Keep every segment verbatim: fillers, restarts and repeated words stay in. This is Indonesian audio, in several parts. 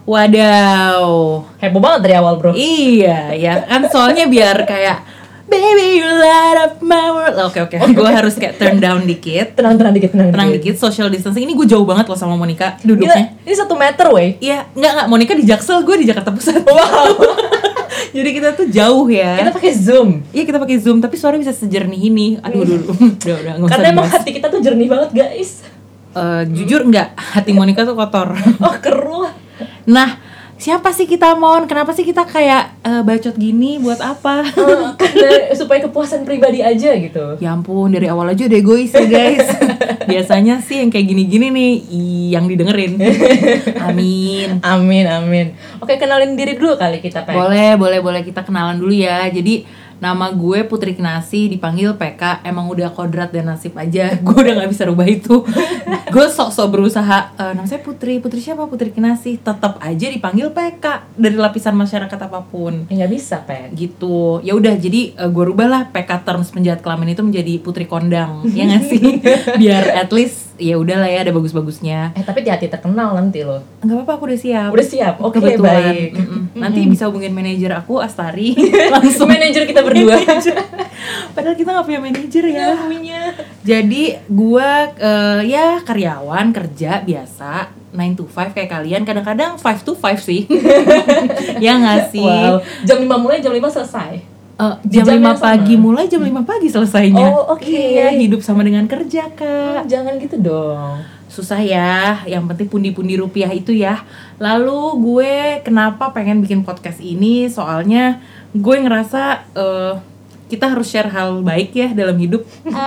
Wadaw. Heboh banget dari awal, bro. Iya, ya kan soalnya biar kayak baby you light up my world. Oke oke, gue harus kayak turn down dikit. Tenang-tenang dikit, tenang, Tenang dikit, social distancing. Ini gue jauh banget loh sama Monica duduknya. Gila, ini satu meter, wey. Iya, enggak enggak. Monica di Jaksel, gue di Jakarta Pusat. Wow. Jadi kita tuh jauh ya. Kita pakai Zoom. Iya kita pakai Zoom, tapi suara bisa sejernih ini. Aduh, aduh, aduh. udah udah nggak usah Karena emang dibahas. hati kita tuh jernih banget, guys. Uh, jujur enggak, hati Monica tuh kotor. Oh, keruh. Nah, siapa sih kita, Mon? Kenapa sih kita kayak uh, bacot gini? Buat apa? Uh, karena supaya kepuasan pribadi aja gitu. Ya ampun, dari awal aja udah egois ya guys. Biasanya sih yang kayak gini-gini nih yang didengerin. Amin. Amin, amin. Oke, kenalin diri dulu kali kita, Pak. Boleh, boleh, boleh kita kenalan dulu ya. Jadi nama gue Putri Kinasi, dipanggil P K. Emang udah kodrat dan nasib aja. Gue udah gak bisa rubah itu. Gue sok-sok berusaha, e, nama saya Putri. Putri siapa? Putri Kinasi. Tetap aja dipanggil P K dari lapisan masyarakat apapun. Ya nggak bisa, Pak. Gitu. Ya udah, jadi uh, gue rubah lah P K terms penjahat kelamin itu menjadi Putri Kondang. Ya nggak sih? Biar at least ya udahlah ya ada bagus-bagusnya. Eh, tapi di hati terkenal nanti loh. Nggak apa-apa, aku udah siap. Udah siap. Oke, Kebetulan. baik. Mm-mm. Nanti bisa hubungin manajer aku Astari. Langsung Manajer kita berdua. Padahal kita nggak punya manajer ya. Nggak punya. Jadi gue uh, ya karyawan kerja biasa nine to five kayak kalian, kadang-kadang five to five sih. Ya nggak sih? Wow. Jam lima mulai, jam lima selesai. Uh, Di jam jam lima yang pagi sama. mulai, jam lima pagi selesainya. Oh, oke. Iya, hidup sama dengan kerja, Kak. Jangan gitu dong. Susah ya, yang penting pundi-pundi rupiah itu ya. Lalu gue kenapa pengen bikin podcast ini? Soalnya gue ngerasa uh, kita harus share hal baik ya dalam hidup.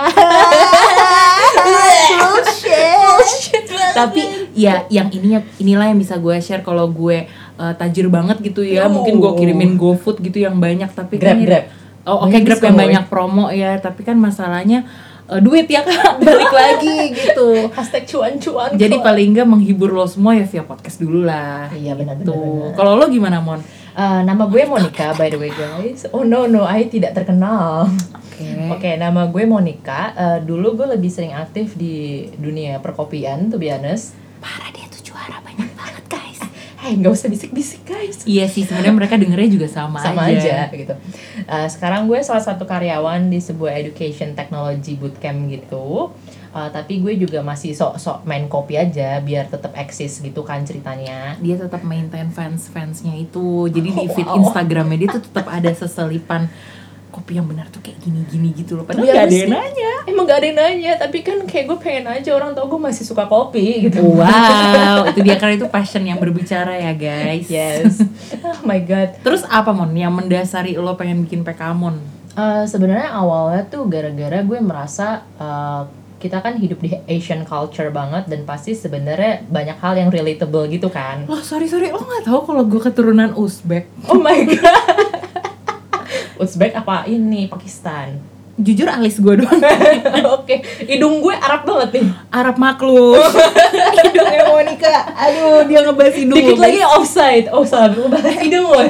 Bullshit. Tapi ya yang ininya inilah yang bisa gue share kalau gue uh, tajir banget gitu ya. Oh. Mungkin gue kirimin GoFood gitu yang banyak, tapi Grab, kan Grab. Oh, oke, Banyak Grab diskon, yang woy. banyak promo ya, tapi kan masalahnya uh, duit ya Kak, balik lagi gitu. Hashtag cuan-cuan. Jadi kok. paling enggak menghibur lo semua ya via podcast dulu lah. Iya, benar, Gitu. benar, benar. Kalau lo gimana, Mon? Uh, nama gue Monica, by the way, guys. Oh no no, I tidak terkenal. Oke. Oke, nama gue Monica. Uh, dulu gue lebih sering aktif di dunia perkopian, to be honest. Parah, dia tuh juara banyak banget, guys. Hei, nggak usah bisik-bisik, guys. Iya sih, sebenarnya mereka dengernya juga sama, Sama aja. aja, gitu. Uh, sekarang gue salah satu karyawan di sebuah education technology bootcamp gitu. Uh, tapi gue juga masih sok-sok main kopi aja biar tetap eksis gitu kan ceritanya. Dia tetap maintain fans-fansnya itu. Jadi di Oh, feed wow. Instagramnya dia tuh tetap ada seselipan kopi yang benar tuh kayak gini-gini gitu loh. Padahal Iya gak ada yang sih. nanya. Emang gak ada yang nanya, tapi kan kayak gue pengen aja orang tau gue masih suka kopi gitu. Wow, itu dia karena itu passion yang berbicara ya guys. Yes. Oh my god. Terus apa Mon yang mendasari lo pengen bikin P K Mon? Uh, sebenarnya awalnya tuh gara-gara gue merasa uh, kita kan hidup di Asian culture banget dan pasti sebenarnya banyak hal yang relatable gitu kan. Loh sorry sorry, lo nggak tahu kalau gue keturunan Uzbek? Oh my god. Uzbek apa ini Pakistan? Jujur alis gue doang. Oke, hidung gue Arab banget nih. Arab maklum. Hidungnya Monica. Aduh, dia ngebahas hidung. Dikit lo, lagi guys. offside. Oh, salah gue bahas hidung loh.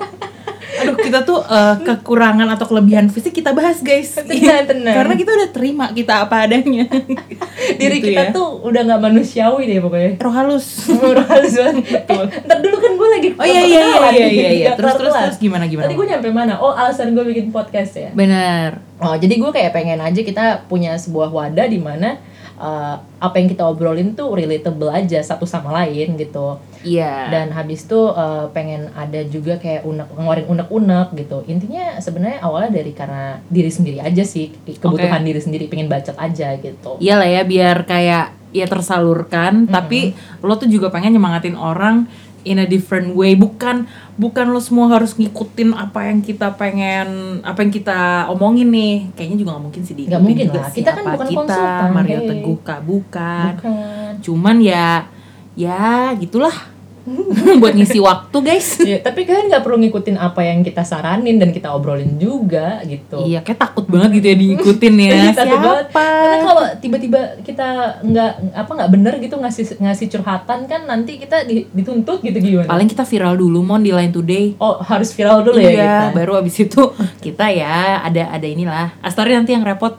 Aduh, kita tuh uh, kekurangan atau kelebihan fisik kita bahas guys. Tenang, tenang. Karena kita udah terima kita apa adanya. Diri Gitu kita ya. tuh udah nggak manusiawi deh pokoknya. Roh halus. Udah halus banget. Eh, ntar dulu kan gue lagi Oh iya iya iya perkenalan iya nih. iya, iya. Nggak Terus terus kelar-kelar. terus gimana gimana? Tadi gue nyampe mana? Oh, alasan gue bikin podcast ya. Bener. Oh, jadi gue kayak pengen aja kita punya sebuah wadah di mana uh, apa yang kita obrolin tuh relatable aja satu sama lain gitu. Iya. Dan habis itu uh, pengen ada juga kayak unek ngeluarin unek-unek gitu. Intinya sebenarnya awalnya dari karena diri sendiri aja sih, kebutuhan Oke. diri sendiri, pengen bacot aja gitu. Iyalah ya biar kayak ya tersalurkan, Mm-hmm. tapi lo tuh juga pengen nyemangatin orang in a different way. Bukan bukan lo semua harus ngikutin apa yang kita pengen, apa yang kita omongin nih. Kayaknya juga nggak mungkin sih diikutin. Nggak mungkin juga. lah. Kita kan Siapa bukan kita, konsultan, Mario hey. Teguh Kak, bukan. Bukan. Cuman ya ya gitulah. Buat ngisi waktu guys. Ya, tapi kalian nggak perlu ngikutin apa yang kita saranin dan kita obrolin juga gitu. Iya, kayak takut banget gitu ya diikutin ya. Iya, takut banget. Siapa? Karena kalau tiba-tiba kita nggak apa nggak bener gitu ngasih ngasih curhatan kan nanti kita di- dituntut gitu gimana? Paling kita viral dulu Mon di Line Today. Oh, harus viral dulu ya Iya, kita. baru abis itu kita ya ada ada inilah. Astari nanti yang repot.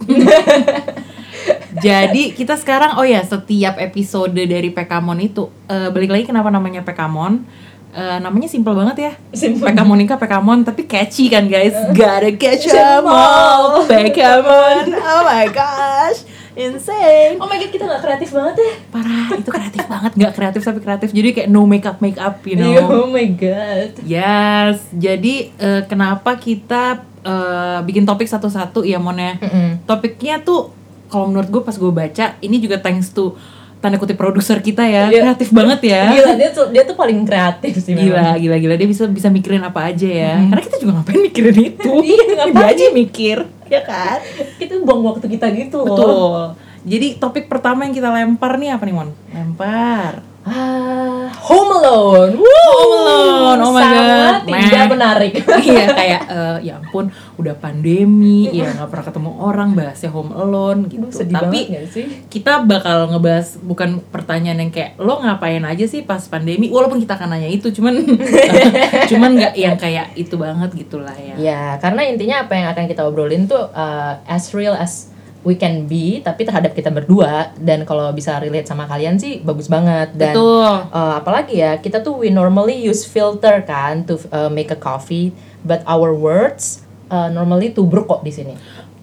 Jadi kita sekarang oh ya setiap episode dari P K Mon itu uh, balik lagi kenapa namanya P K Mon? Uh, namanya simple banget ya. Simple. Pekamonika, Pekamon, tapi catchy kan guys. Gotta catch 'em all, Pekamon. Oh my gosh, insane. Oh my god, kita nggak kreatif banget ya. Parah, itu kreatif banget, nggak kreatif tapi kreatif. Jadi kayak no makeup makeup, you know. Oh my god. Yes, jadi uh, kenapa kita uh, bikin topik satu-satu ya Mon ya. Mm-mm. Topiknya tuh kalau menurut gue pas gue baca, ini juga thanks to tanda kutip produser kita ya, Dia, kreatif banget ya. Gila, dia tuh dia tuh paling kreatif sih. Gila, memang. gila, gila dia bisa bisa mikirin apa aja ya. Hmm. Karena kita juga ngapain mikirin itu? Iya, ngapain dia aja mikir, ya kan? Kita buang waktu kita gitu loh. Betul. Jadi topik pertama yang kita lempar nih apa nih Mon? Lempar. Ah, Home Alone. Woo! Home Alone. Oh my Sangat god. tidak menarik. Iya kayak uh, ya ampun, udah pandemi, ya nggak pernah ketemu orang bahasnya Home Alone gitu. Aduh, sedih Tapi banget gak sih? kita bakal ngebahas bukan pertanyaan yang kayak lo ngapain aja sih pas pandemi, walaupun kita akan nanya itu, cuman cuman nggak yang kayak itu banget gitulah ya. Ya, karena intinya apa yang akan kita obrolin tuh uh, as real as we can be, tapi terhadap kita berdua. Dan kalau bisa relate sama kalian sih bagus banget. Dan Betul. Uh, apalagi ya, kita tuh we normally use filter kan to uh, make a coffee, but our words uh, normally tubruk kok di sini.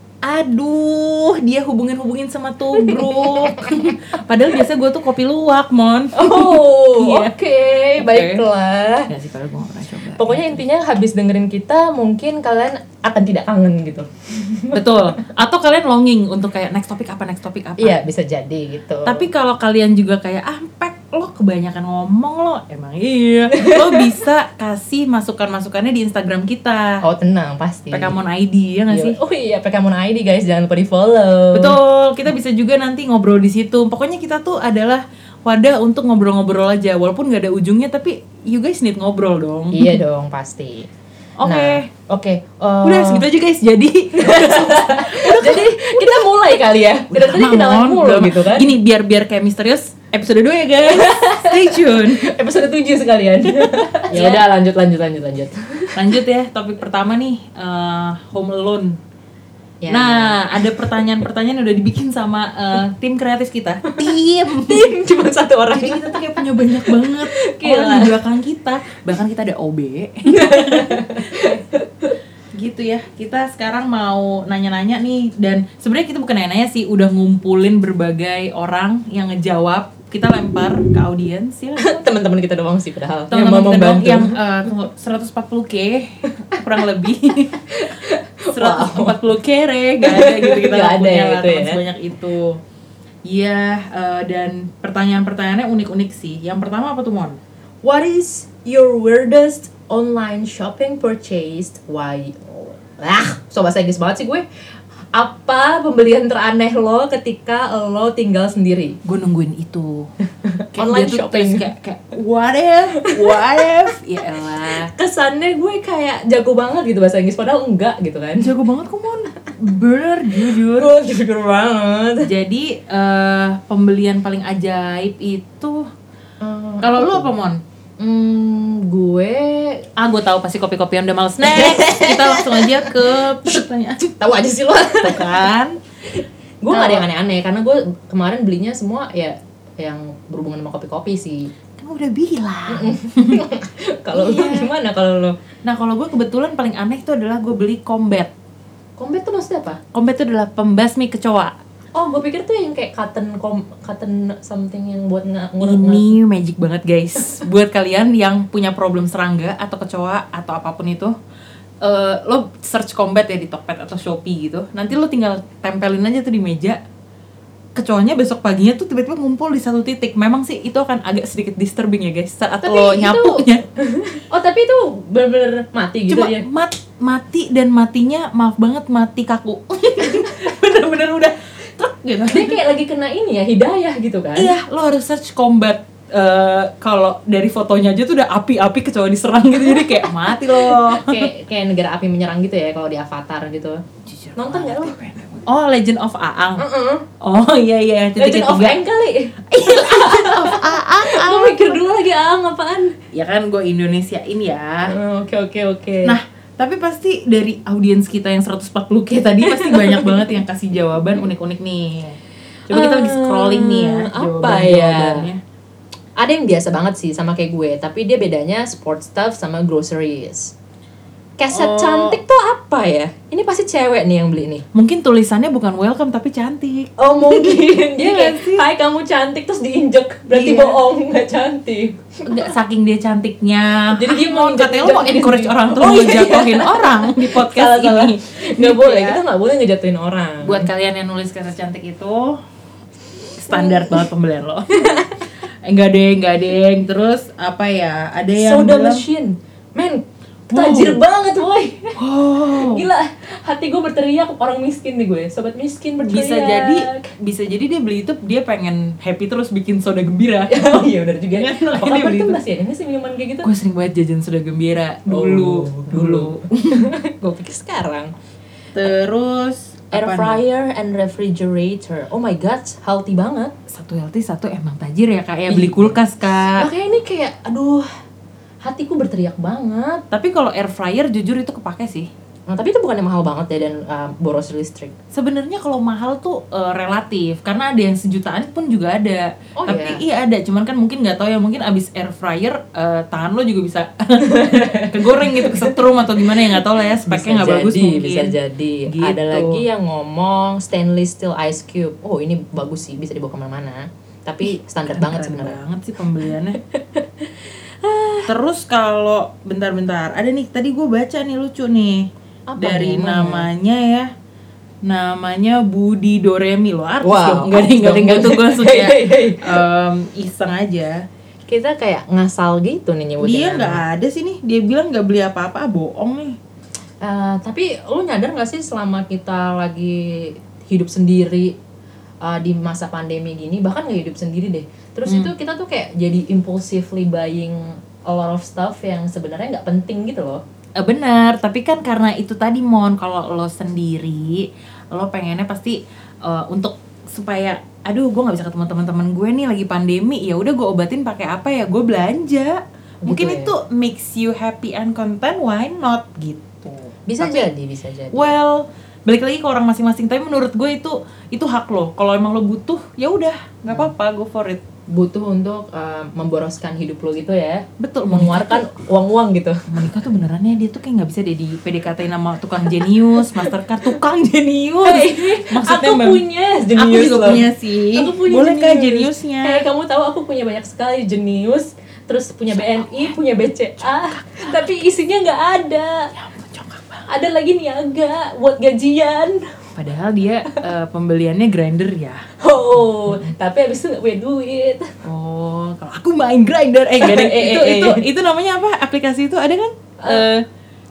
Aduh, dia hubungin-hubungin sama tubruk. Padahal biasa gue tuh kopi luwak, Mon. Oh, Iya. oke, okay, baiklah. Ya sih, padahal gue gak pernah coba. Pokoknya intinya habis dengerin kita, mungkin kalian akan tidak kangen gitu. Betul. Atau kalian longing untuk kayak next topik apa, next topik apa. Iya, bisa jadi gitu. Tapi kalau kalian juga kayak, ah Pek, lo kebanyakan ngomong lo. Emang iya. Lo bisa kasih masukan-masukannya di Instagram kita. Oh, tenang, pasti. Pekamon I D, ya gak sih? Oh iya, Pekamon I D guys, jangan lupa di follow. Betul, kita bisa juga nanti ngobrol di situ. Pokoknya kita tuh adalah wadah untuk ngobrol-ngobrol aja, walaupun nggak ada ujungnya, tapi you guys need ngobrol dong. Iya dong, pasti. Oke, okay. Nah, oke. Okay. Uh, udah segitu aja guys. Jadi, jadi kita mulai kali ya. Dari tadi kenalan mulu gitu kan. Gini biar biar kayak misterius. Episode dua ya guys. Stay tune. Episode tujuh sekalian. Ya udah, lanjut lanjut lanjut lanjut. Lanjut ya, topik pertama nih, uh, Home Alone. Ya. Nah, ada pertanyaan-pertanyaan yang udah dibikin sama uh, tim kreatif kita. Tim, tim cuma satu orang. Jadi kita tuh kayak punya banyak banget Gila. orang di belakang kita. Bahkan kita ada O B. Gitu ya. Kita sekarang mau nanya-nanya nih, dan sebenarnya kita bukan nanya-nanya sih, udah ngumpulin berbagai orang yang ngejawab. Kita lempar ke audiens ya. Teman-teman kita doang sih padahal. Teman-teman kita doang yang uh, seratus empat puluh k kurang lebih. seratus empat puluh k re, gak ada gitu, kita gak, gak punya lah teman ya. Sebanyak itu. Iya, uh, dan pertanyaan-pertanyaannya unik-unik sih. Yang pertama apa tuh Mon? What is your weirdest online shopping purchase? Why? Ah, so bahasa Inggris banget sih gue. Apa pembelian teraneh lo ketika lo tinggal sendiri? Gue nungguin itu. Kayak online shopping. Kayak, kayak what if? What if? Ya elah. Kesannya gue kayak jago banget gitu bahasa Inggris, padahal enggak gitu kan. Jago banget kok Mon. Bener, jujur. Oh, jujur banget. Jadi uh, pembelian paling ajaib itu uh, kalau lu apa Mon? Hmm, gue ah gue tahu pasti kopi-kopian udah males. Next, kita langsung aja ke pertanyaan. Tahu aja sih lo. Tuh kan. Gue nggak ada yang aneh-aneh karena gue kemarin belinya semua ya yang berhubungan sama kopi-kopi sih. Kan udah bilang. Kalau iya. lu gimana kalau lu? Nah kalau gue kebetulan paling aneh itu adalah gue beli Combat. Combat tuh maksudnya apa? Combat itu adalah pembasmi kecoa. Oh, gue pikir tuh yang kayak cotton com, cotton something yang buat nge- Ini magic banget guys. Buat kalian yang punya problem serangga atau kecoa atau apapun itu, uh, lo search Combat ya di Tokped atau Shopee gitu. Nanti lo tinggal tempelin aja tuh di meja. Kecoanya besok paginya tuh tiba-tiba ngumpul di satu titik. Memang sih itu akan agak sedikit disturbing ya guys saat tapi lo nyapunya. Oh, tapi itu bener-bener mati gitu. Cuma ya? mat, mati dan matinya maaf banget mati kaku. Bener-bener udah gitu. Dia kayak lagi kena ini ya, hidayah gitu kan. Iya, lo harus search Combat. Uh, kalau dari fotonya aja tuh udah api-api kecoa diserang gitu, jadi kayak mati lo. kayak kayak negara api menyerang gitu ya kalau di Avatar gitu. Jujur, nonton nggak lo? Oh, Legend of Aang. Uh-uh. Oh iya iya. Legend of Aang kali. Legend of Aang. Gue mikir dulu lagi Aang apaan? Ya kan gue Indonesiain ya. Oke oke oke. Nah, tapi pasti dari audiens kita yang seratus empat puluh k tadi pasti banyak banget yang kasih jawaban unik-unik nih. Coba kita uh, lagi scrolling nih ya. Apa ya? Ada yang biasa banget sih sama kayak gue, tapi dia bedanya sport stuff sama groceries. Keset Oh. cantik tuh apa ya? Ini pasti cewek nih yang beli nih. Mungkin tulisannya bukan welcome tapi cantik. Oh mungkin. Jadi Iya kayak, sih? hai kamu cantik, terus diinjek. Berarti Iya. bohong, nggak cantik. Enggak, saking dia cantiknya. Jadi dia mau mau katanya lo mau injek-injek encourage diri. orang tuh Oh, mau iya, iya. jatuhin orang di podcast Salah-salah. ini. Nggak boleh, Ya. kita nggak boleh ngejatuhin orang. Buat kalian yang nulis kata cantik itu standar banget pembelian lo. Enggak deng, enggak deng. Terus apa ya? Ada yang soda bilang, machine. Men, tajir banget boy. oh, Gila, hati gue berteriak, orang miskin nih gue. Sobat miskin berteriak. bisa jadi bisa jadi dia beli itu dia pengen happy terus bikin soda gembira. Oh iya benar juga. Kan, Apa makanya dia kabar beli tuh itu. masih ada nggak sih minuman kayak gitu? Gue sering banget jajan soda gembira dulu, Oh, dulu. Gue pikir sekarang. Terus Air apa nih? fryer and refrigerator. Oh my god, healthy banget. Satu healthy, satu emang tajir ya kak ya, beli kulkas kak. Makanya ini kayak, aduh, hatiku berteriak banget. Tapi kalau air fryer jujur itu kepake sih. Nah, tapi itu bukannya mahal banget ya dan uh, boros listrik. Sebenarnya kalau mahal tuh eh, relatif, karena ada yang sejutaan pun juga ada. Oh, Tapi iya? iya ada, cuman kan mungkin nggak tahu ya, mungkin abis air fryer eh, tangan lo juga bisa kegoreng gitu, kesetrum atau gimana ya nggak tahu lah ya, speknya nggak bagus mungkin. Bisa jadi. Gitu. Ada lagi yang ngomong stainless steel ice cube. Oh ini bagus sih, bisa dibawa kemana-mana. Tapi standar Keren- banget keren sebenarnya. banget sih pembeliannya. Terus kalau bentar-bentar, ada nih tadi gue baca nih lucu nih. Apa Dari nih, mana? namanya ya, namanya Budi Doremi lo, artis Wow, dong. Gak ada artis nggak ada dong. nggak tuh, gue langsung Hey, kayak hey, hey. em, iseng aja. Kita kayak ngasal gitu nih nyebutin Dia nama. nggak ada sih nih, dia bilang nggak beli apa-apa, bohong nih. Eh, tapi lu nyadar gak sih selama kita lagi hidup sendiri uh, di masa pandemi gini, bahkan gak hidup sendiri deh, terus Hmm. itu kita tuh kayak jadi impulsively buying a lot of stuff yang sebenarnya nggak penting gitu loh. Eh, bener, tapi kan karena itu tadi Mon, kalau lo sendiri, lo pengennya pasti eh, untuk supaya, aduh gue nggak bisa ketemu teman-teman gue nih lagi pandemi, ya udah gue obatin pakai apa ya, gue belanja. Mungkin ya? itu makes you happy and content, why not gitu. Bisa Tapi, jadi, bisa jadi. well, balik lagi ke orang masing-masing. Tapi menurut gue itu itu hak lo. Kalau emang lo butuh, ya udah, nggak apa-apa, go for it. Butuh untuk uh, memboroskan hidup lo gitu ya, Betul, mengeluarkan uang-uang gitu. Monica tuh beneran ya, dia tuh kayak nggak bisa deh di P D K T-in sama tukang jenius, Mastercard, tukang jenius. Maksudnya aku Mbak- punya aku jenius juga loh. punya sih. Aku punya Boleh kah jenius. jeniusnya? Kayak kamu tahu aku punya banyak sekali jenius, terus punya B N I, punya B C A, tapi isinya nggak ada. Ya ampun, congkak banget. Ada lagi niaga buat gajian. Padahal dia eh, pembeliannya grinder ya. Oh, tapi habis itu nggak punya duit. Oh, kalau aku main grinder, eh gak ada. Eh, eh, itu eh, itu eh. itu namanya apa? Aplikasi itu ada kan? Eh,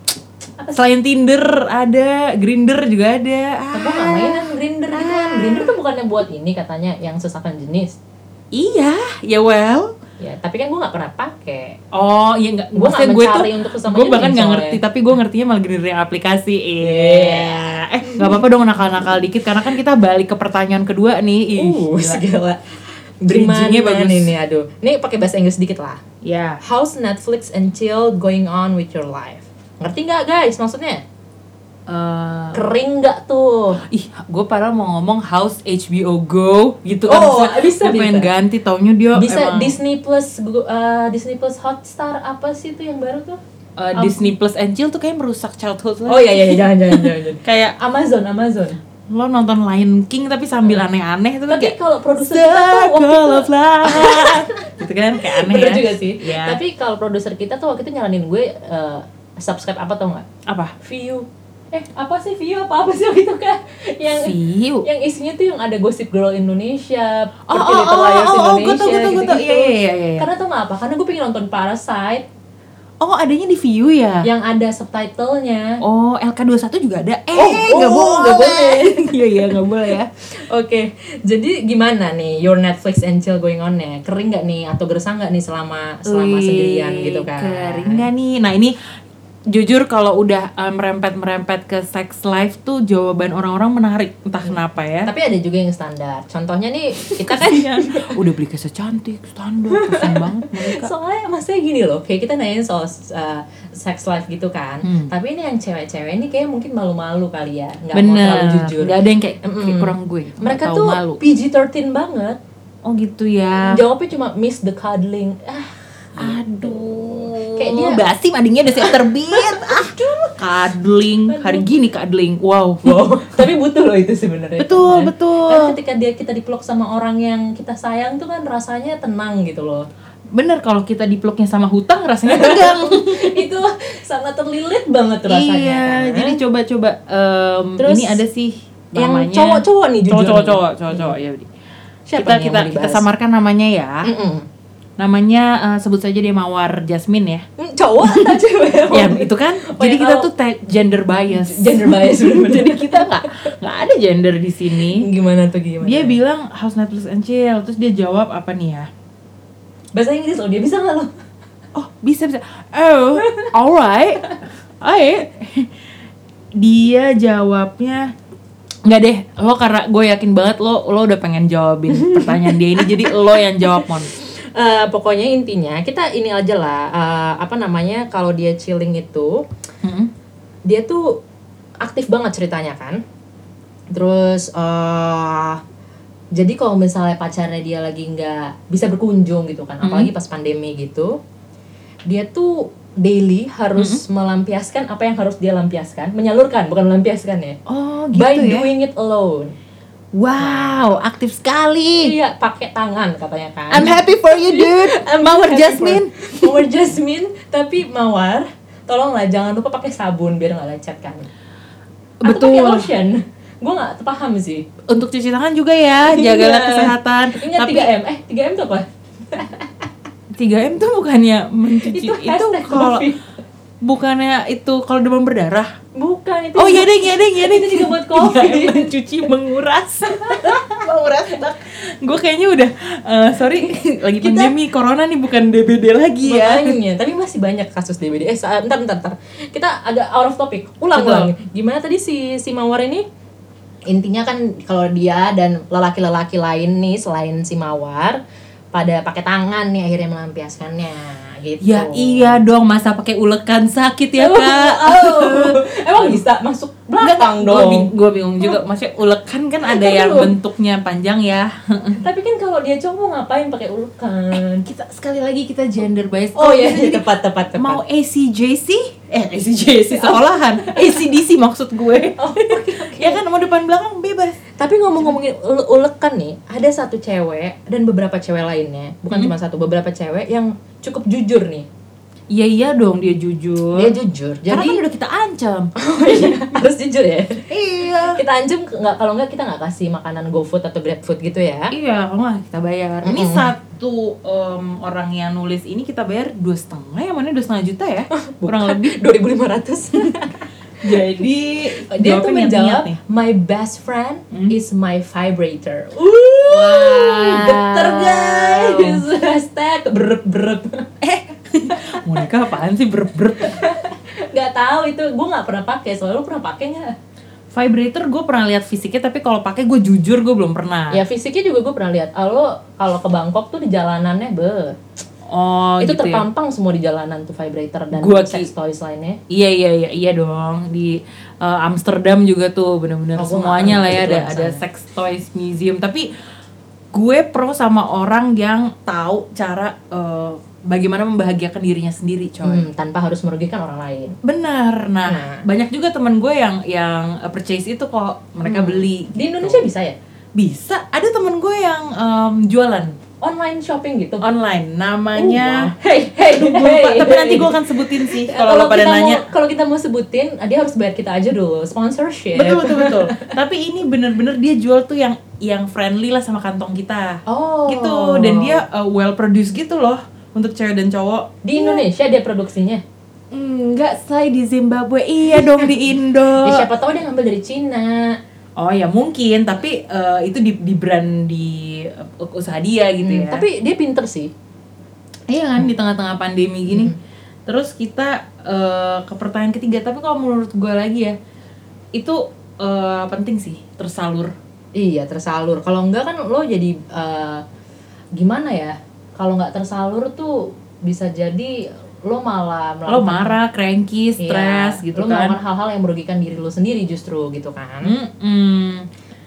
selain Tinder ada, Grindr juga ada. Aku nggak mainan Grindr gitu kan. Grindr tuh bukannya buat ini katanya yang sesakan jenis. Iya, ya well. Ya, tapi kan gue nggak pernah pakai. Oh, iya enggak. Gua nggak Maksudnya gue tuh mencari untuk sesama gue jenis bahkan nggak soalnya. ngerti, tapi gue ngertinya malah Grindr yang aplikasi. Iya. Eh, nggak apa-apa dong nakal-nakal dikit karena kan kita balik ke pertanyaan kedua nih. Ih, Uh, gila. segala. Bridging-nya Gimana bagus. nih, nih, aduh. Nih pakai bahasa Inggris dikit lah. Ya. How's Netflix and chill going on with your life? Ngerti nggak guys maksudnya? Eh, Kering nggak tuh? ih, gue padahal mau ngomong House H B O Go gitu kan. Oh, Maksudnya bisa, gue pengen bisa. ganti, taunya dia Bisa emang Disney Plus, Gu- uh, Disney Plus Hotstar apa sih itu yang baru tuh? eh, Disney Plus and Chill tuh kayak merusak childhood lo. Oh iya iya jangan jangan jangan. jangan. Kayak Amazon Amazon. lo nonton Lion King tapi sambil aneh-aneh itu kan Tapi kayak kalau produser kita tuh waktu Circle itu of Life. Gitu kan kayak aneh bener ya. juga sih. Iya. Tapi kalau produser kita tuh waktu itu nyaranin gue uh, subscribe apa tau nggak? Apa? View. Eh apa sih View apa apa sih gitu kan? Yang View. yang isinya tuh yang ada Gossip Girl Indonesia, Oh, Pretty oh, Little oh, Liars oh, oh, Indonesia, gue tau, gue tau, gue tau. gitu-gitu. Iya, iya, iya, iya. Karena tau nggak apa? Karena gue pengen nonton Parasite Oh, adanya di View ya? yang ada subtitlenya. Oh, L K dua puluh satu juga ada. Eh, Oh, nggak oh, boleh. nggak boleh. Iya, iya, nggak boleh ya. Oke, jadi gimana nih your Netflix and chill going on nya? Kering nggak nih atau gersang nggak nih selama selama Wih, sendirian gitu kan? Kering nggak nih? Nah ini jujur kalau udah um, merempet-merempet ke sex life tuh jawaban orang-orang menarik entah kenapa ya. Tapi ada juga yang standar. Contohnya nih kita kan Udah beli keset cantik, standar, pusing banget mereka. soalnya maksudnya gini loh, kayak kita nanyain soal uh, sex life gitu kan. Hmm. Tapi ini yang cewek-cewek ini kayak mungkin malu-malu kali ya, nggak mau Bener, terlalu jujur. nggak ada yang kayak, Mm-mm. kayak kurang gue. nggak Mereka tahu tuh malu. P G thirteen banget. Oh gitu ya. Jawabnya cuma miss the cuddling. Ah, Aduh. Kayak dia- basi madingnya udah siap terbit. Aduh. Cuddling. Hari gini cuddling. Wow. wow. Tapi butuh loh itu sebenarnya. Betul, Kan? betul. Kan ketika dia kita dipeluk sama orang yang kita sayang tuh kan rasanya tenang gitu loh. Bener, kalau kita dipeluknya sama hutang rasanya tegang. Itu sangat terlilit banget rasanya. Iya, kan? jadi coba-coba em, Terus ini ada sih yang namanya cowok-cowok nih, jujur cowok-cowok nih. cowok cowok cowok ya. Siapa kita nih yang kita mau kita dibahas? samarkan namanya ya. Mm-mm. Namanya eh, sebut saja dia Mawar Jasmine ya. Hmm, cowok atau cewek? Ya itu kan. Oh, Jadi ya, kita kalau- tuh te- gender bias. Gender bias bener-bener. Jadi kita nggak nggak ada gender di sini. Gimana tuh gimana? Dia bilang house Netflix and chill, terus dia jawab apa nih ya? bahasa Inggris loh, dia bisa nggak lo? Oh bisa bisa. Oh alright, alright. Dia jawabnya nggak deh, lo karena gue yakin banget lo lo udah pengen jawabin pertanyaan dia ini, jadi lo yang jawab Mon. Eh, pokoknya intinya kita ini aja lah, eh, apa namanya, kalau dia chilling itu Mm-mm. dia tuh aktif banget ceritanya kan. Terus eh jadi kalau misalnya pacarnya dia lagi nggak bisa berkunjung gitu kan, apalagi pas pandemi gitu, dia tuh daily harus melampiaskan apa yang harus dia lampiaskan, menyalurkan bukan melampiaskan ya, Oh gitu by ya. doing it alone. Wow, aktif sekali. Iya, pakai tangan katanya kan. I'm happy for you dude. I'm Mawar happy Jasmine. for- Mawar Jasmine, tapi Mawar, tolonglah jangan lupa pakai sabun biar nggak lecet kan. Atau Betul. pakai lotion. Gue nggak paham sih. Untuk cuci tangan juga ya, jagalah Iya. kesehatan. Ingat Tapi tiga M. Eh, tiga M tuh apa? tiga M tuh bukannya mencuci Itu itu, hashtag kalau COVID. bukannya itu kalau demam berdarah. Bukan itu. Oh iya deh, iya deh, iya deh. Itu juga buat COVID. tiga M mencuci menguras. menguras bak. Gue kayaknya udah eh, sorry lagi Kita- pandemi corona nih, bukan D B D lagi ya. Makanya, tapi masih banyak kasus D B D. Eh, sa- bentar, bentar, bentar. Kita agak out of topic. Ulang, Betul. ulang. Gimana tadi si si Mawar ini? Intinya kan kalau dia dan lelaki-lelaki lain nih selain si Mawar pada pakai tangan nih akhirnya melampiaskannya gitu. Ya iya dong, masa pakai ulekan sakit ya Oh, kak. oh. Emang bisa masuk belakang Gue dong. gue bingung juga, maksudnya ulekan kan ada Kan yang dulu. bentuknya panjang ya. Tapi kan kalau dia cowok mau ngapain pakai ulekan? Kita sekali lagi kita gender bias. Oh iya, jadi tepat tepat tepat. mau A C J C? Eh A C J C sekolahan. A C D C maksud gue. Oh, oke, oke. Ya kan mau depan belakang bebas. Tapi ngomong-ngomongin ule- ulekan nih, ada satu cewek dan beberapa cewek lainnya, bukan Hmm. cuma satu, beberapa cewek yang cukup jujur nih. Iya iya dong, dia jujur. Dia jujur. Karena Jadi kan udah kita ancam. oh iya, harus jujur ya. Iya. Kita ancam nggak, kalau nggak kita nggak kasih makanan GoFood atau GrabFood gitu ya. Iya, kalau nggak kita bayar. Ini Mm-mm. satu em, orang yang nulis ini kita bayar dua setengah, yang mana dua setengah juta ya, kurang lebih. dua ribu lima ratus. Jadi Dia tuh jawabnya menjawab, niat-niat nih. my best friend Hmm? is my vibrator. Uh, Wow. geter guys. Hashtag berep berep. Monica apaan sih ber-ber? Gak tahu itu, gue nggak pernah pakai. Soalnya lu pernah pakai nggak? Vibrator gue pernah lihat fisiknya, tapi kalau pakai gue jujur gue belum pernah. Ya fisiknya juga gue pernah lihat. Kalau kalau ke Bangkok tuh di jalanannya be, Oh itu gitu ya. terpampang semua di jalanan tuh vibrator dan Gua sex toys lainnya. Iya iya iya iya dong, di uh, Amsterdam juga tuh benar-benar Oh, gua semuanya nggak lah ya, pernah ada ke ada sana. sex toys museum. Tapi gue pro sama orang yang tahu cara uh, bagaimana membahagiakan dirinya sendiri, coy. Hmm, tanpa harus merugikan orang lain. Benar. Nah, Nah. banyak juga teman gue yang yang uh, purchase itu kok mereka Hmm. beli. Di gitu. Indonesia bisa ya? Bisa. Ada teman gue yang um, jualan Online shopping gitu. online, Oh, namanya. wow. Hey, hey, Aduh, gue hey, lupa. Tapi hey. nanti gue akan sebutin sih kalau lo pada kita nanya. mau, kalau kita mau sebutin, dia harus bayar kita aja dulu sponsorship. Betul betul betul. Tapi ini bener-bener dia jual tuh yang yang friendly lah sama kantong kita. Oh. Gitu. Dan dia uh, well produced gitu loh untuk cewek dan cowok. Di Indonesia dia produksinya. Enggak, saya di Zimbabwe. Iya dong di Indo. Ya, siapa tahu dia ngambil dari Cina. Oh ya mungkin, tapi uh, itu di di brand di uh, usaha dia gitu Hmm, ya. Tapi dia pinter sih. iya kan di tengah-tengah pandemi gini. Hmm. Terus kita uh, ke pertanyaan ketiga, tapi kalau menurut gue lagi ya, itu uh, penting sih tersalur. Iya, tersalur. Kalau enggak kan lo jadi eh, gimana ya? Kalau nggak tersalur tuh bisa jadi lo malah Lo marah, cranky, Iya, stres gitu lo kan. melakukan hal-hal yang merugikan diri lo sendiri justru gitu kan. Mm-mm.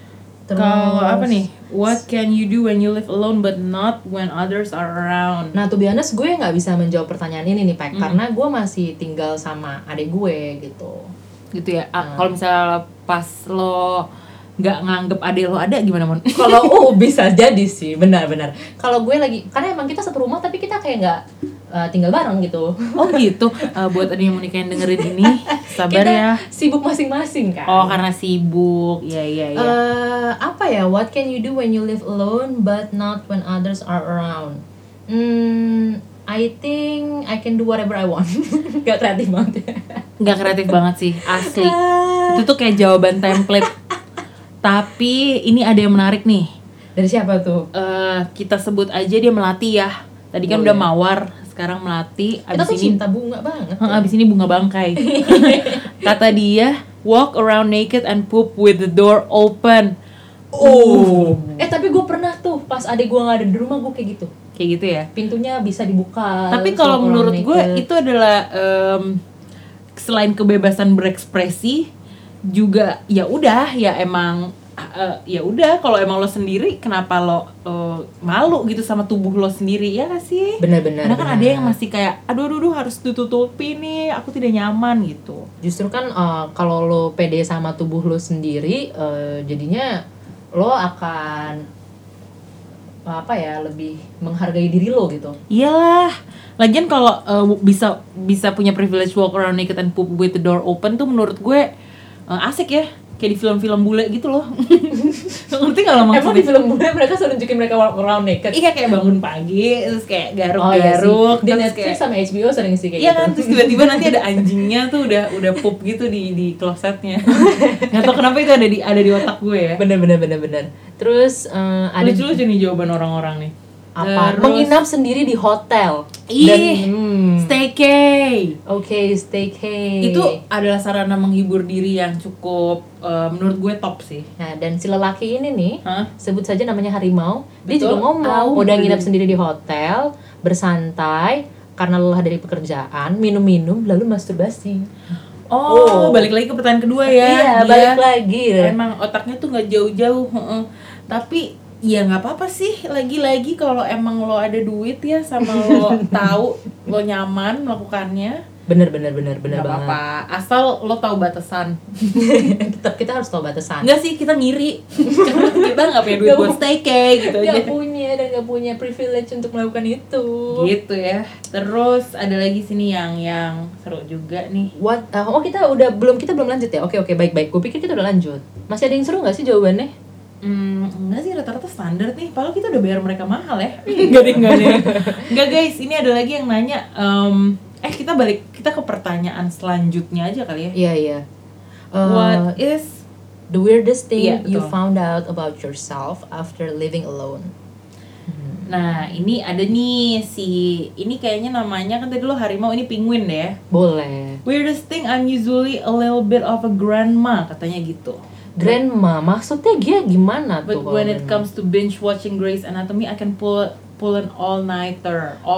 Kalau apa nih? What can you do when you live alone but not when others are around? Nah, to be honest, gue nggak bisa menjawab pertanyaan ini nih, Pak, mm. karena gue masih tinggal sama adik gue gitu. Gitu ya. Hmm. Kalau misalnya pas lo nggak nganggep adik lo ada gimana, Mon? Kalau oh bisa jadi sih, benar-benar. Kalau gue lagi, karena emang kita satu rumah tapi kita kayak nggak uh, tinggal bareng gitu. Oh gitu. Uh, buat ada yang mau nikah yang dengerin ini, sabar kita ya. Sibuk masing-masing kan. Oh karena sibuk, iya iya iya. Uh, apa ya? What can you do when you live alone but not when others are around? Hmm, I think I can do whatever I want. Gak kreatif banget. Gak kreatif banget sih, asli. Itu tuh kayak jawaban template. Tapi ini ada yang menarik nih. Dari siapa tuh? Uh, kita sebut aja dia Melati ya. Tadi kan oh, udah ya. Mawar, sekarang Melati. Kita tuh ini, cinta bunga banget. Ya. Abis ini bunga bangkai. Kata dia, walk around naked and poop with the door open. Oh. Eh tapi gue pernah tuh pas adik gue nggak ada di rumah, gue kayak gitu. Kayak gitu ya. Pintunya bisa dibuka. Tapi kalau menurut gue itu adalah um, selain kebebasan berekspresi, juga ya udah ya emang uh, ya udah kalau emang lo sendiri kenapa lo uh, malu gitu sama tubuh lo sendiri, ya gak sih? Benar-benar. Karena kan bener. Ada yang masih kayak aduh aduh, aduh harus ditutupi nih, aku tidak nyaman gitu. Justru kan uh, kalau lo pede sama tubuh lo sendiri, uh, jadinya lo akan apa ya, lebih menghargai diri lo gitu. Iyalah. Lagian kalau uh, bisa bisa punya privilege walk around naked and poop with the door open tuh menurut gue Uh, asik ya, kayak di film-film bule gitu loh. Ngerti gak lo maksudnya? Emang di film bule mereka selalu nunjukin mereka walk around naked? Iya, kayak bangun pagi, terus kayak garuk-garuk. Oh, iya di Netflix kayak, sama H B O sering sih kayak iya gitu. Iya kan, terus tiba-tiba nanti ada anjingnya tuh udah udah poop gitu di di klosetnya. Gak tau kenapa itu ada di ada di otak gue ya. Bener-bener bener-bener. Terus uh, ada lucu-lucu nih jawaban orang-orang nih. Apa? Terus, menginap sendiri di hotel. Ih, dan hmm, staycay. Oke, okay, staycay. Itu adalah sarana menghibur diri yang cukup uh, menurut gue top sih. Nah, dan si lelaki ini nih, huh? sebut saja namanya Harimau. Betul? Dia juga ngomong, oh, udah nginap sendiri di hotel, bersantai karena lelah dari pekerjaan, minum-minum lalu masturbasi. Oh, oh, balik lagi ke pertanyaan kedua ya. Iya, dia, balik lagi. Emang otaknya tuh nggak jauh-jauh. Uh-uh. Tapi ya nggak apa-apa sih, lagi-lagi kalau emang lo ada duit ya sama lo tahu lo nyaman melakukannya, bener bener bener bener nggak banget. apa-apa, asal lo tahu batasan. Tetap kita harus tahu batasan. Nggak sih, kita ngiri karena kita nggak punya duit gak buat staycay gitu aja. Nggak punya dan nggak punya privilege untuk melakukan itu. Gitu ya. Terus ada lagi sini yang yang seru juga nih. What? Uh, oh kita udah belum kita belum lanjut ya? Oke oke baik baik. Gue pikir kita udah lanjut. Masih ada yang seru nggak sih jawabannya? Hmm, enggak sih, rata-rata standar nih. Padahal kita udah bayar mereka mahal ya. Enggak deh, enggak deh. Enggak guys, ini ada lagi yang nanya. Um, eh kita balik kita ke pertanyaan selanjutnya aja kali ya. Iya iya. Uh, What is the weirdest thing yeah, you found out about yourself after living alone? Nah ini ada nih si ini kayaknya namanya kan tadi lo harimau, ini penguin deh ya. Boleh. Weirdest thing, I'm usually a little bit of a grandma, katanya gitu. Grandma, maksudnya dia gimana But tuh? But when it comes to binge watching Grey's Anatomy, I can pull pull an all nighter. Oh.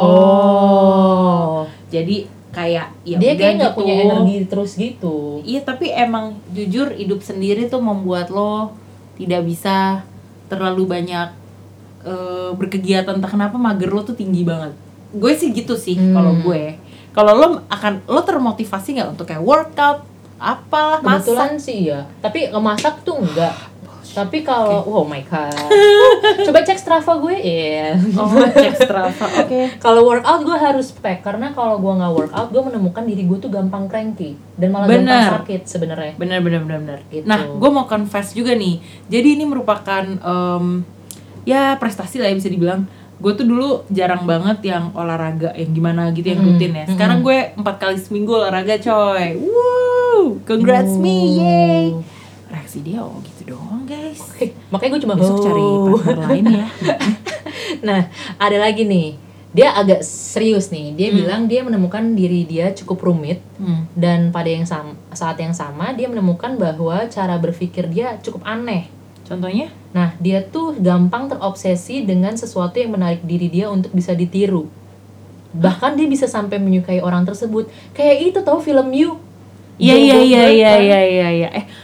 oh. Jadi kayak ya dia kayak nggak gitu. punya energi terus gitu. Iya, tapi emang jujur hidup sendiri tuh membuat lo tidak bisa terlalu banyak uh, berkegiatan. Entah kenapa mager lo tuh tinggi banget. Gue sih gitu sih hmm. kalau gue. Kalau lo akan lo termotivasi nggak untuk kayak workout? Apalah, kebetulan masak sih ya, tapi ngemasak tuh enggak. Tapi kalau okay. oh my god, coba cek Strava gue ya. Yeah. Oh cek Strava, oke. Okay. Kalau workout gue harus pack karena kalau gue nggak workout gue menemukan diri gue tuh gampang cranky dan malah bener. gampang sakit sebenarnya. Bener bener bener bener. Gitu. Nah gue mau confess juga nih, jadi ini merupakan um, ya prestasi lah ya bisa dibilang. Gue tuh dulu jarang banget yang olahraga yang gimana gitu yang rutin ya. Sekarang gue empat kali seminggu olahraga coy. Woo, congrats oh. me, yay. Reaksi dia oh gitu doang guys. Okay. Makanya gue cuma besok oh. cari partner lain ya. Nah ada lagi nih. Dia agak serius nih. Dia hmm. bilang dia menemukan diri dia cukup rumit hmm. dan pada yang sam- saat yang sama dia menemukan bahwa cara berpikir dia cukup aneh. Contohnya? Nah, dia tuh gampang terobsesi dengan sesuatu yang menarik diri dia untuk bisa ditiru. Bahkan dia bisa sampai menyukai orang tersebut. Kayak itu tau film You. Iya iya iya iya iya iya iya. Eh,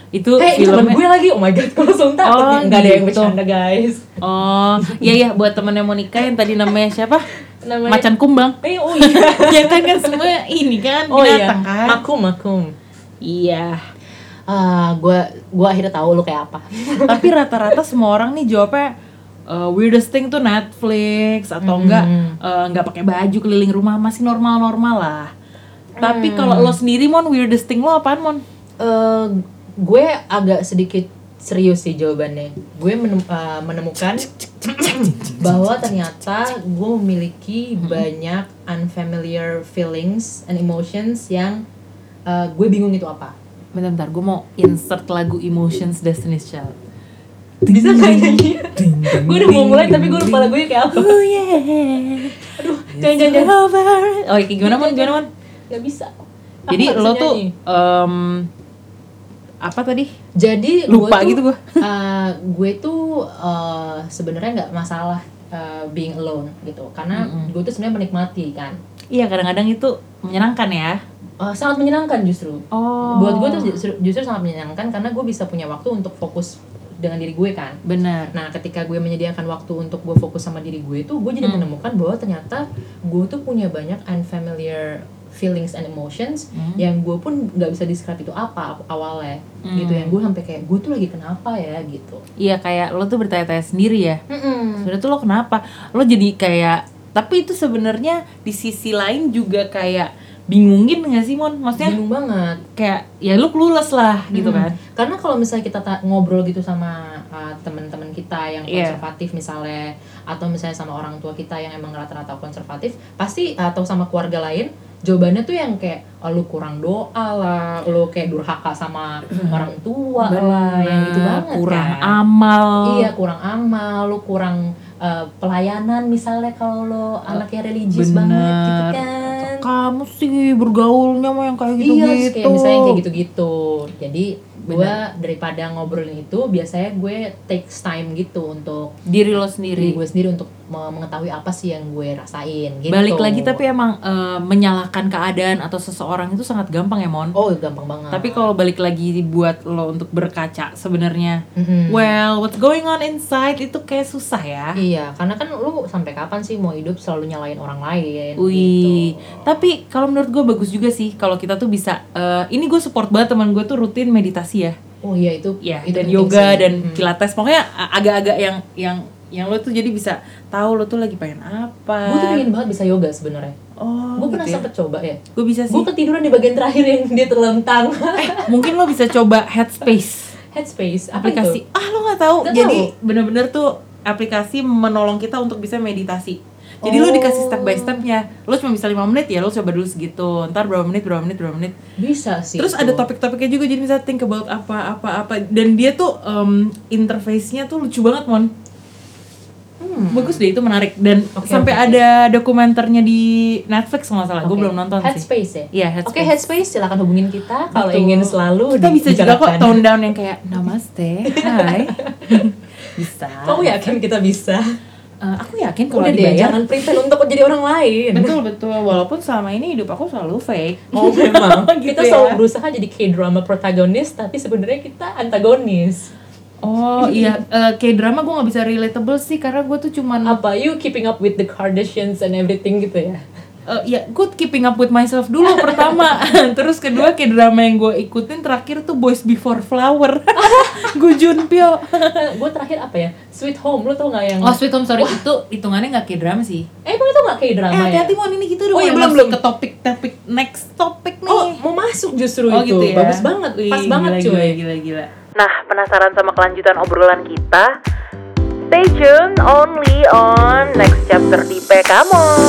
Itu Hey, itu temen filmnya. gue lagi, oh my god, gue langsung takut Oh, nih. Nggak ada yang gitu. bercanda guys. Oh, iya iya buat temennya Monica yang tadi namanya siapa? Namanya Macan kumbang. Eh, oh iya. Ya kan kan semua ini kan Oh iya, binatang kan. makum, makum. Iya. Ah, gue gue akhirnya tahu lu kayak apa. Tapi rata-rata semua orang nih jawabnya uh, weirdest thing tuh Netflix atau Hmm. enggak uh, enggak pakai baju keliling rumah, masih normal-normal lah. Tapi kalau lo sendiri Mon, weirdest thing lo apaan Mon? Eh, gue agak sedikit serius sih jawabannya. Gue menem- uh, menemukan bahwa ternyata gue memiliki banyak unfamiliar feelings and emotions yang uh, gue bingung itu apa. Bentar-bentar, gue mau insert lagu Emotions Destiny's Child. Bisa nggak nyanyi? Gue udah mau mulai tapi gue lupa lagunya kayak apa. Oh yeah. Aduh, jangan jangan jangan. Over. Oh, kayak gimana Mon? Gimana Mon? Gak bisa. Aku Jadi nggak bisa lo tuh nyanyi. em, apa tadi? Jadi Lupa gue tuh, gitu gua. uh, gue tuh uh, sebenarnya nggak masalah uh, being alone gitu, karena Mm-mm. gue tuh sebenarnya menikmati kan. Iya, kadang-kadang itu menyenangkan ya. Uh, sangat menyenangkan justru. Oh. Buat gue tuh justru, justru sangat menyenangkan karena gue bisa punya waktu untuk fokus dengan diri gue kan. Benar. Nah, ketika gue menyediakan waktu untuk gue fokus sama diri gue itu, gue jadi Hmm. menemukan bahwa ternyata gue tuh punya banyak unfamiliar feelings and emotions Hmm. yang gue pun nggak bisa describe itu apa awalnya Hmm. gitu, yang gue sampai kayak gue tuh lagi kenapa ya gitu. Iya, kayak lo tuh bertanya-tanya sendiri ya. Mm-mm. Sebenarnya tuh lo kenapa? Lo jadi kayak, tapi itu sebenarnya di sisi lain juga kayak bingungin nggak sih Mon? Maksudnya Bingung banget. kayak ya lu clueless lah gitu Mm-mm. kan. Karena kalau misalnya kita ta- ngobrol gitu sama uh, teman-teman kita yang Iya. konservatif misalnya, atau misalnya sama orang tua kita yang emang rata-rata konservatif, pasti atau sama keluarga lain, jawabannya tuh yang kayak oh, lu kurang doa lah, lu kayak durhaka sama orang tua lah, yang gitu banget kurang kan. amal. Iya, kurang amal, lu kurang uh, pelayanan misalnya kalau lo anaknya religius bener. banget gitu kan. Kamu sih bergaulnya mah yang kayak gitu-gitu. Iya, terus kayak misalnya kayak gitu-gitu. Jadi gue Bener. daripada ngobrolin itu, biasanya gue takes time gitu untuk Diri lo diri sendiri. gue sendiri untuk me- mengetahui apa sih yang gue rasain gitu. Balik lagi tapi emang eh, menyalahkan keadaan atau seseorang itu sangat gampang ya Mon. Oh, gampang banget. Tapi kalau balik lagi buat lo untuk berkaca sebenarnya, Mm-mm. well, what's going on inside itu kayak susah ya. Iya, karena kan lu sampai kapan sih mau hidup selalu nyalain orang lain Wih, gitu. tapi kalau menurut gue bagus juga sih kalau kita tuh bisa. eh, ini gue support banget teman gue tuh rutin meditasi ya. Oh iya itu. Ya, itu dan penting yoga sih. dan Mm. pilates, pokoknya a- agak-agak yang yang yang lo tuh jadi bisa tahu lo tuh lagi pengen apa. Gue tuh pengen banget bisa yoga sebenarnya. Oh, Gue gitu pernah ya. sempet coba ya. Gue bisa sih. Gue ketiduran di bagian terakhir yang dia terlentang. Eh, mungkin lo bisa coba Headspace Headspace, apa aplikasi. itu? Ah, lo nggak tahu. Nggak Jadi tahu. bener-bener tuh aplikasi menolong kita untuk bisa meditasi. Jadi Oh. lo dikasih step by stepnya. Lo cuma bisa lima menit ya, lo coba dulu segitu. Ntar berapa menit, berapa menit, berapa menit. Bisa sih. Terus itu. ada topik-topiknya juga, jadi misalnya think about apa apa apa, dan dia tuh um, interface-nya tuh lucu banget Mon. Hmm. Bagus deh, itu menarik, dan Oke, sampai oke, oke. ada dokumenternya di Netflix kalau nggak salah. Gue Oke. belum nonton sih. Headspace ya? Iya, Headspace. Oke, Headspace silakan hubungin kita kalau Betul. ingin selalu Kita bisa juga kok dibicarakan. tone down yang kayak namaste, hai. Bisa. Kamu yakin kita bisa? Eh, aku yakin kalau Udah deh, dibayar. jangan pretend untuk jadi orang lain. Betul betul. Walaupun selama ini hidup aku selalu fake. Oh memang, Gitu kita ya. selalu berusaha jadi K-drama protagonis, tapi sebenarnya kita antagonis. Oh iya, eh, kayak drama gue nggak bisa relatable sih karena gue tuh cuman Apa, you keeping up with the Kardashians and everything gitu ya? Eh, ya, gue keeping up with myself dulu pertama. Terus kedua kayak drama yang gue ikutin terakhir tuh Boys Before Flower. Gue Junpyo. Gue terakhir apa ya? Sweet Home, lo tau gak yang... Oh Sweet Home, sorry, itu hitungannya gak kayak drama sih. Eh, emang itu gak kayak drama Eh hati-hati ya? Mon, ini kita udah Oh, iya, mulai belum, masuk belum. ke topik-topik next topik nih. Oh, mau masuk justru Oh, itu. gitu ya. Bagus banget, Wih, pas banget gila, cuy. Gila, gila, gila. Nah, penasaran sama kelanjutan obrolan kita? Stay tune only on next chapter di Pekamon.